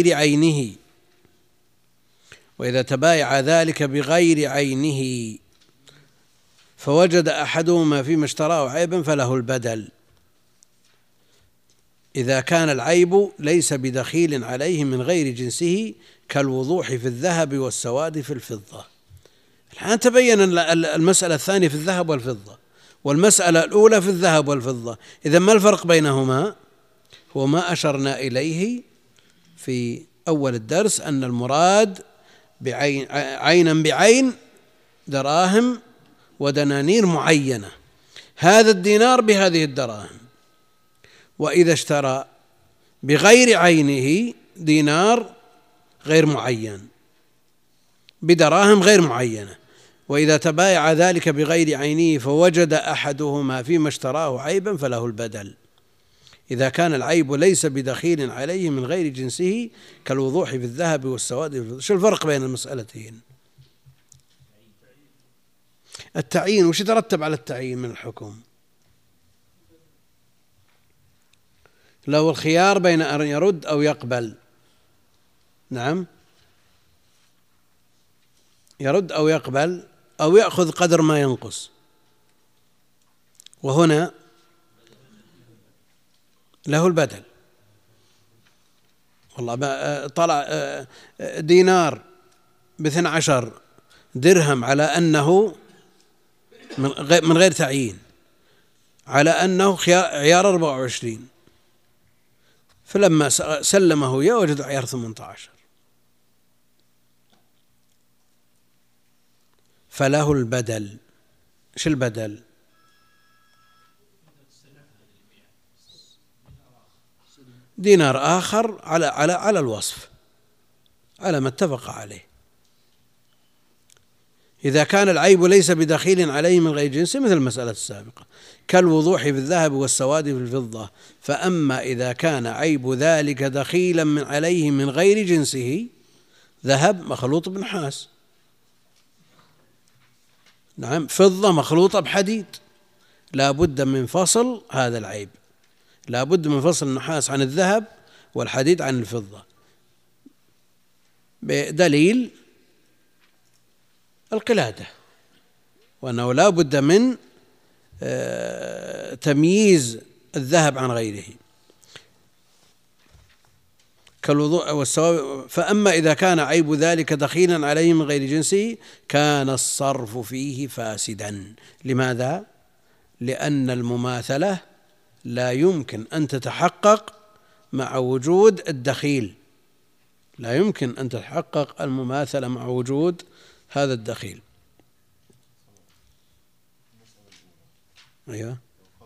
بغير عينه فوجد أحدهما فيما اشتراه عيبا فله البدل، إذا كان العيب ليس بدخيل عليه من غير جنسه كالوضوح في الذهب والسواد في الفضة. الآن تبين المسألة الثانية في الذهب والفضة، والمسألة الأولى في الذهب والفضة. إذا ما الفرق بينهما؟ هو ما أشرنا إليه في أول الدرس، أن المراد عينا بعين دراهم ودنانير معينة، هذا الدينار بهذه الدراهم. وإذا اشترى بغير عينه دينار غير معين بدراهم غير معينة، وإذا تبايع ذلك بغير عينه فوجد أحدهما فيما اشتراه عيبا فله البدل، إذا كان العيب ليس بدخيل عليه من غير جنسه كالوضوح في الذهب والسواد. شو الفرق بين المسألتين؟ التعيين وش يترتب على التعيين من الحكم؟ لو الخيار بين أن يرد أو يقبل، نعم، يرد أو يقبل أو يأخذ قدر ما ينقص، وهنا له البدل. والله طلع دينار ب12 درهم على أنه من غير تعيين، على أنه عيار 24، فلما سلمه إياه وجد عيار 18 فله البدل. شو البدل؟ دينار آخر على الوصف، على ما اتفق عليه. إذا كان العيب ليس بدخيل عليه من غير جنسه مثل المسألة السابقة كالوضوح في الذهب والسواد في الفضة. فأما إذا كان عيب ذلك دخيلا عليه من غير جنسه، ذهب مخلوط بنحاس، نعم، فضة مخلوطة بحديد، لا بد من فصل هذا العيب، لا بد من فصل النحاس عن الذهب والحديد عن الفضة، بدليل القلادة، وأنه لا بد من تمييز الذهب عن غيره كالوضوء والسواد. فأما إذا كان عيب ذلك دخيلا عليه من غير جنسه كان الصرف فيه فاسدا. لماذا؟ لأن المماثلة لا يمكن أن تتحقق مع وجود الدخيل، لا يمكن أن تتحقق المماثلة مع وجود هذا الدخيل. أيوة.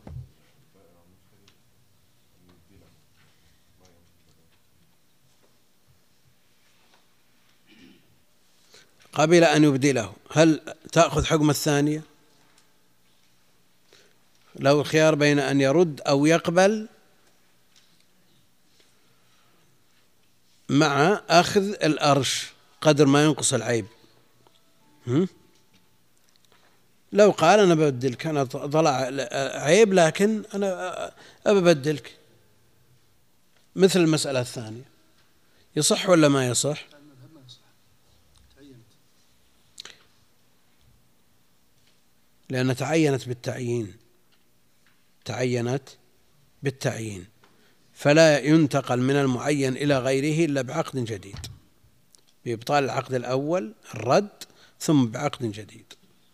قبل أن يبدله، هل تأخذ حكم الثانية؟ لو الخيار بين أن يرد أو يقبل مع أخذ الأرش قدر ما ينقص العيب، لو قال أنا ببدلك، أنا طلع عيب لكن أنا أبدلك، مثل المسألة الثانية، يصح ولا ما يصح؟ لأن تعينت بالتعيين، فلا ينتقل من المعين إلى غيره إلا بعقد جديد. بإبطال العقد الأول الرد ثم بعقد جديد.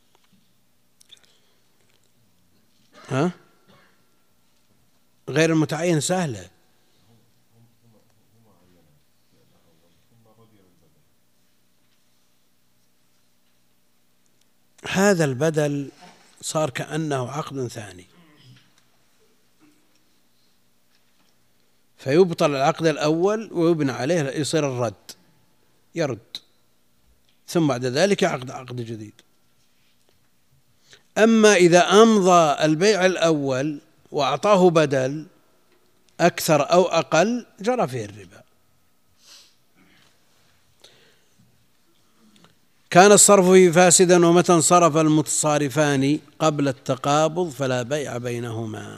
غير المتعين سهلة. هذا البدل صار كأنه عقد ثاني، فيبطل العقد الأول ويبنى عليه يصير الرد، يرد ثم بعد ذلك عقد جديد. أما إذا أمضى البيع الأول وأعطاه بدل أكثر أو أقل جرى فيه الربا. كان الصرف فيه فاسدا ومتى انصرف المتصارفان قبل التقابض فلا بيع بينهما.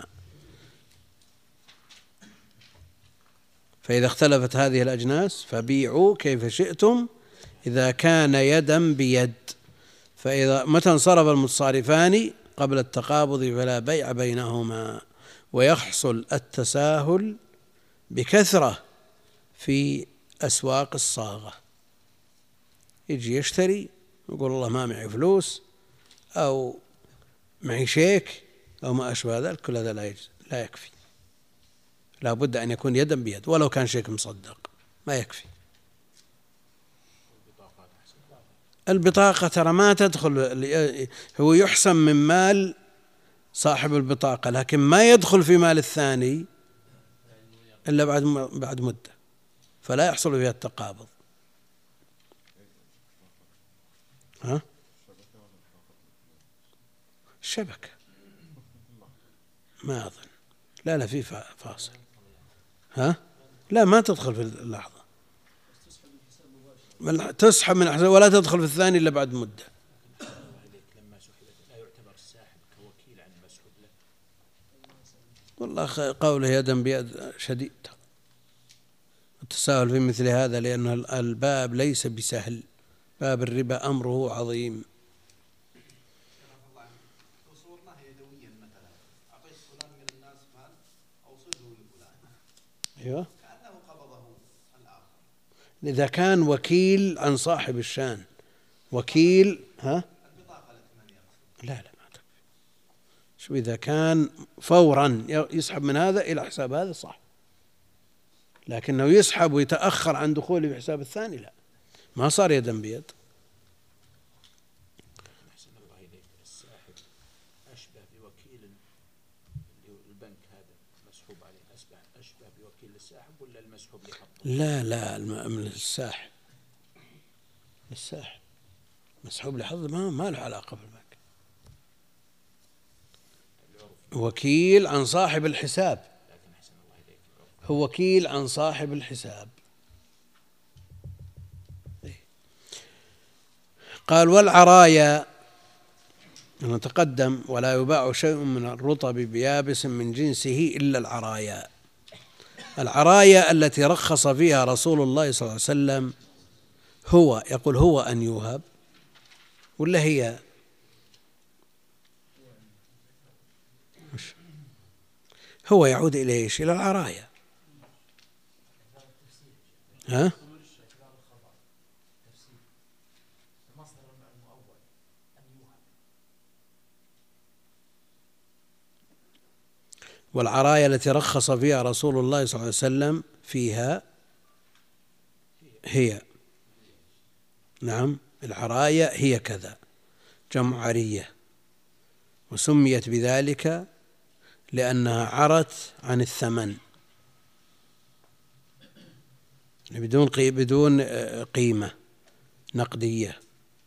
فإذا اختلفت هذه الأجناس فبيعوا كيف شئتم إذا كان يدا بيد. فإذا متى انصرف المتصارفان قبل التقابض فلا بيع بينهما. ويحصل التساهل بكثرة في أسواق الصاغة، يجي يشتري يقول والله ما معي فلوس أو معي شيك أو ما أشبه ذلك، كل هذا لا يكفي، لا بد أن يكون يدا بيد ولو كان شيك مصدق ما يكفي. البطاقة ترى ما تدخل، هو يحسم من مال صاحب البطاقة لكن ما يدخل في مال الثاني إلا بعد مدة، فلا يحصل فيها التقابض. الشبكة ما أظن، لا في فاصل. لا ما تدخل في اللحظة، تسحب من حساب ولا تدخل في الثاني إلا بعد مدة. لما سحبت لا يعتبر الساحب كوكيل عن المسحوب له. والله قوله يدا بيد شديد التساهل في مثل هذا، لأن الباب ليس بسهل، باب الربا أمره عظيم. أيوة. كأنه قبضه الآخر. إذا كان وكيل عن صاحب الشان، وكيل البطاقة لا ما تكفي. شو إذا كان فورا يسحب من هذا إلى حساب هذا صح، لكنه يسحب ويتأخر عن دخوله بحساب الثاني لا، ما صار يدا بيد. الساحب أشبه بوكيل البنك هذا مسحوب عليه، أشبه بوكيل الساحب ولا المسحوب لحظه؟ لا الساحب مسحوب لحظه ما له علاقة بالبنك. وكيل عن صاحب الحساب، هو وكيل عن صاحب الحساب. قال والعرايا نتقدم ولا يباع شيء من الرطب بيابس من جنسه إلا العرايا. العرايا التي رخص فيها رسول الله صلى الله عليه وسلم هو يقول هو أن يوهب ولا هي؟ هو يعود إلى إيش؟ إلى العرايا. والعرايا التي رخص فيها رسول الله صلى الله عليه وسلم فيها هي، نعم العرايا هي كذا جمع عرية، وسميت بذلك لأنها عرت عن الثمن بدون قيمة نقدية.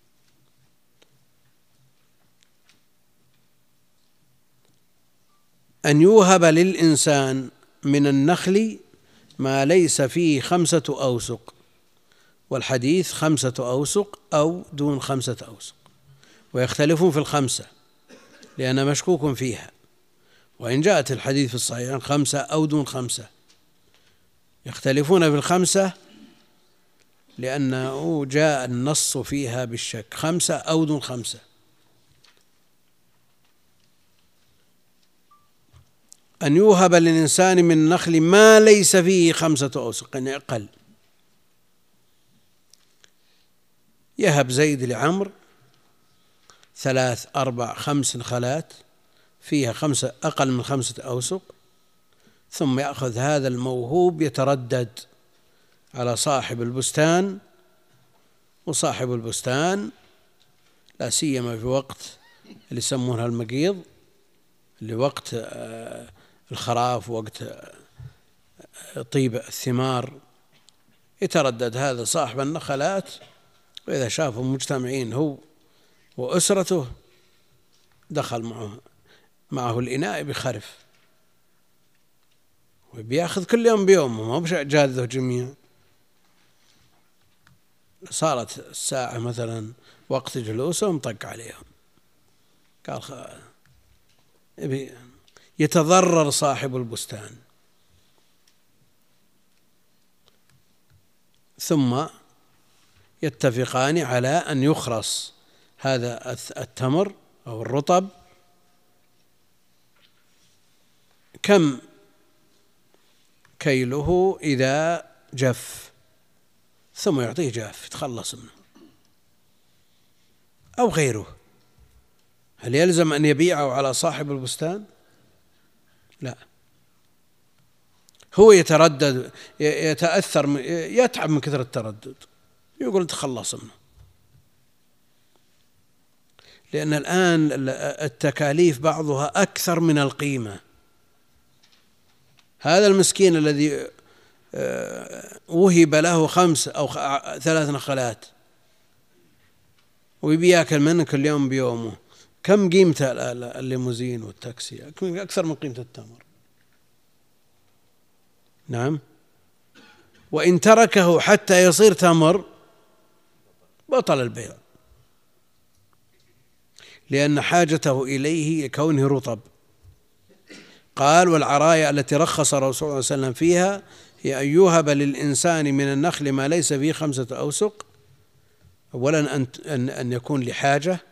أن يوهب للإنسان من النخل ما ليس فيه 5 أوسق، والحديث 5 أوسق أو دون 5 أوسق، ويختلفون في 5 لأن مشكوك فيها، وإن جاءت الحديث في الصحيحين 5 أو دون 5 يختلفون في 5 لأنه جاء النص فيها بالشك 5 أو دون 5. أن يوهب للإنسان من النخل ما ليس فيه 5 أوسق، يعني أقل، يهب زيد لعمر 3 4 5 نخلات فيها أقل من 5 أوسق، ثم يأخذ هذا الموهوب يتردد على صاحب البستان، وصاحب البستان لا سيما في وقت اللي يسمونها المقيض، اللي وقت الخراف، وقت طيب الثمار، يتردد هذا صاحب النخلات، وإذا شافهم مجتمعين هو وأسرته دخل معه الإناء بخرف، وبيأخذ كل يوم بيوم، ما بش جاذه جميع. صارت الساعة مثلا وقت جلوسهم طق عليهم، قال يتضرر صاحب البستان. ثم يتفقان على أن يخرص هذا التمر أو الرطب كم كيله إذا جف، ثم يعطيه جاف يتخلص منه أو غيره. هل يلزم أن يبيعه على صاحب البستان؟ لا، هو يتردد، يتأثر، يتعب من كثرة التردد، يقول تخلص منه. لأن الآن التكاليف بعضها أكثر من القيمة. هذا المسكين الذي وهب له 5 أو 3 نخلات ويبي ياكل منه كل يوم بيومه، كم قيمة الليموزين والتاكسي؟ أكثر من قيمة التمر. نعم. وإن تركه حتى يصير تمر بطل البيع، لأن حاجته إليه كونه رطب. قال: والعرايا التي رخص الرسول صلى الله عليه وسلم فيها هي أن يوهب للإنسان من النخل ما ليس فيه 5 أوسق. أولا أن يكون لحاجة،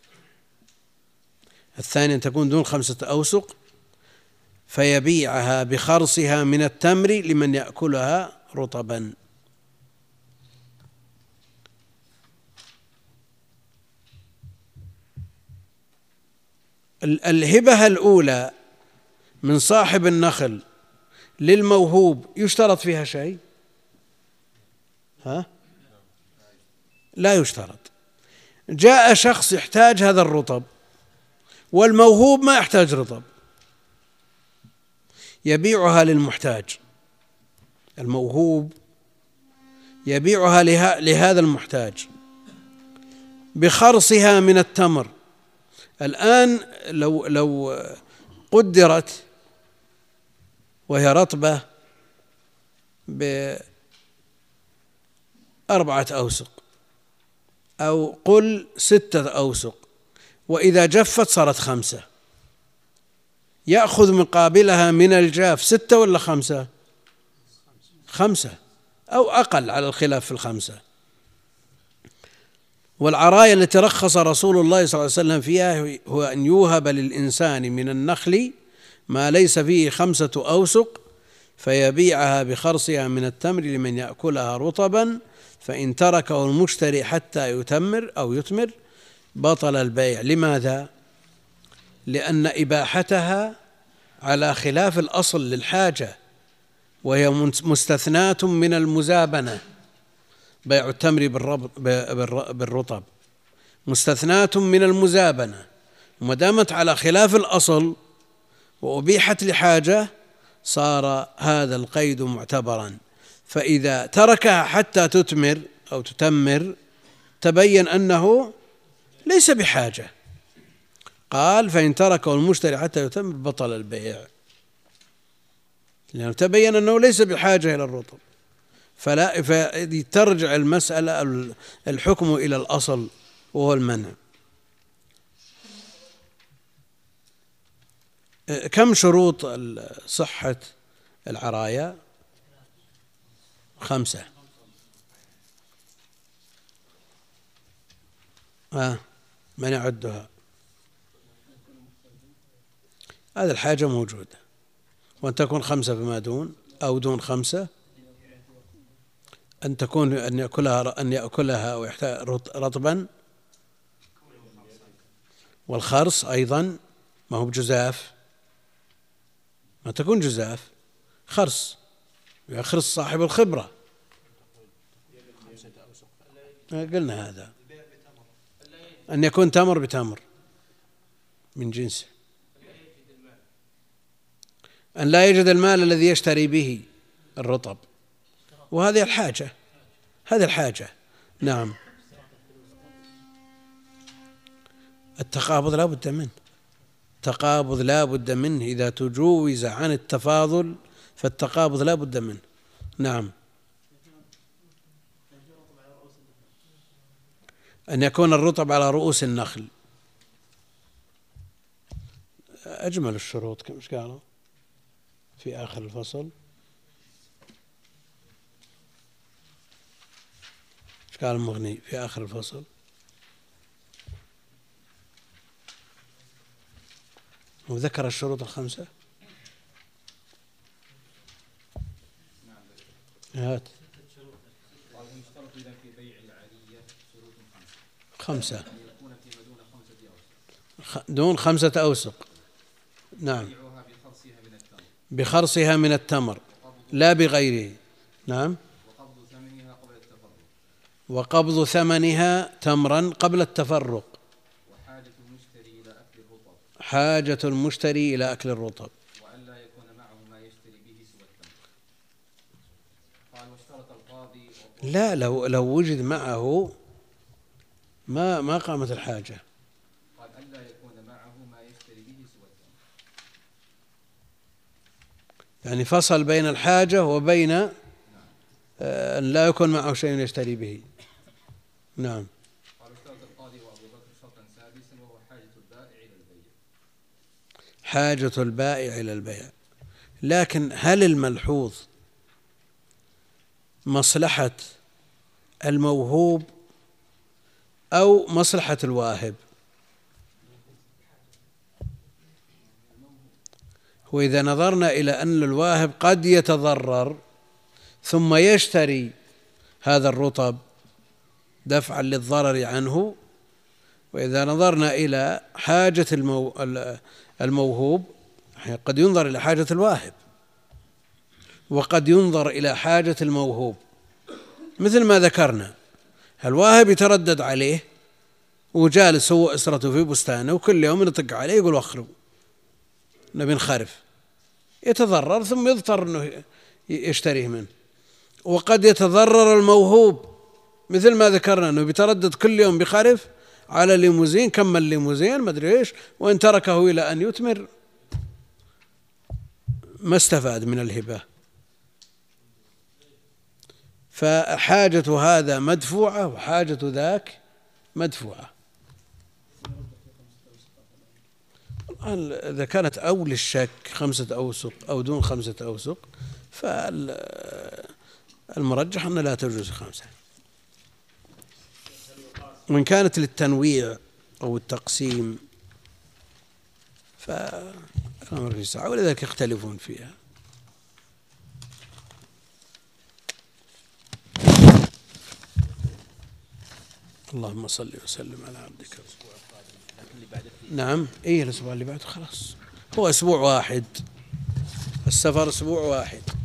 الثاني أن تكون دون 5 أوسق، فيبيعها بخرصها من التمر لمن يأكلها رطبا. الهبة الأولى من صاحب النخل للموهوب يشترط فيها شيء؟ لا يشترط. جاء شخص يحتاج هذا الرطب والموهوب ما يحتاج رطب، يبيعها للمحتاج. الموهوب يبيعها لهذا المحتاج بخرصها من التمر. الآن لو قدرت وهي رطبة ب4 أوسق أو قل 6 أوسق، وإذا جفت صارت 5، يأخذ مقابلها من الجاف 6 ولا 5؟ 5 أو أقل على الخلاف في 5. والعرايا التي رخص رسول الله صلى الله عليه وسلم فيها هو أن يوهب للإنسان من النخل ما ليس فيه 5 أوسق، فيبيعها بخرصها من التمر لمن يأكلها رطبا، فإن تركه المشتري حتى يتمر أو يتمر بطل البيع. لماذا؟ لأن إباحتها على خلاف الأصل للحاجة، وهي مستثناة من المزابنة. بيع التمر بالرطب مستثناة من المزابنة، وما دامت على خلاف الأصل وأبيحت لحاجة صار هذا القيد معتبرا. فإذا تركها حتى تتمر أو تتمر تبين أنه ليس بحاجة. قال: فإن تركه المشتري حتى يتمر بطل البيع، لأنه تبين أنه ليس بحاجة إلى الرطب. فترجع المسألة الحكم إلى الأصل وهو المنع. كم شروط صحة العرايا؟ 5. من يعدها؟ هذه الحاجة موجودة، وأن تكون 5 فيما دون أو دون 5، أن يأكلها رطبا، والخرص أيضا ما هو بجزاف، ما تكون جزاف، خرص يخرص صاحب الخبرة، قلنا هذا أن يكون تمر بتمر من جنسه، أن لا يجد المال الذي يشتري به الرطب، وهذه الحاجة، هذه الحاجة. نعم. التقابض لا بد منه، التقابض لا بد منه، إذا تجوز عن التفاضل فالتقابض لا بد منه. نعم. أن يكون الرطب على رؤوس النخل، أجمل الشروط كم قالوا في آخر الفصل، ايش قال المغني في آخر الفصل؟ وذكر الشروط الخمسة. هات. قال يشترط إذا في بيع العارية شروط خمسة. أن يكون فيما دون 5 أوسق. دون 5 أوسق. نعم. بيعها بخرصها من التمر. بخرصها من التمر لا بغيره. نعم. وقبض ثمنها قبل التفرق. وقبض ثمنها تمرا قبل التفرق. وحاجة المشتري إلى أكل الرطب. حاجة المشتري إلى أكل الرطب. وأن لا يكون معه ما يشتري به سوى التمر. قال واشترط القاضي. لا، لو وجد معه ما قامت الحاجة. قال أن لا يكون معه ما يشتري به سوى التمر. يعني فصل بين الحاجة وبين أن لا يكون معه شيء يشتري به. نعم. قال اشترط القاضي وأبو بكر شرطا سادسا وهو حاجة البائع إلى البيع. حاجة البائع إلى البيع. لكن هل الملحوظ مصلحة الموهوب أو مصلحة الواهب؟ وإذا نظرنا إلى أن الواهب قد يتضرر ثم يشتري هذا الرطب دفعا للضرر عنه، وإذا نظرنا إلى حاجة الموهوب قد ينظر إلى حاجة الواهب وقد ينظر إلى حاجة الموهوب، مثل ما ذكرنا الواهب يتردد عليه وجالس هو أسرته في بستانه وكل يوم يطق عليه يقول وخروا نبي نخرف، يتضرر ثم يضطر أنه يشتريه منه. وقد يتضرر الموهوب مثل ما ذكرنا أنه بيتردد كل يوم بخرف على ليموزين، كمل ليموزين ما أدري إيش، وإن تركه إلى أن يثمر ما استفاد من الهبة. فحاجة هذا مدفوعة وحاجة ذاك مدفوعة. الآن إذا كانت أول الشك 5 أوسق أو دون 5 أوسق فالمرجح أن لا تجوز 5. وإن كانت للتنويع أو التقسيم فالأمر في ساعة، ولذلك يختلفون فيها. اللهم صل وسلم على عبدك. نعم. الأسبوع اللي بعده خلاص، هو أسبوع واحد، السفر أسبوع واحد.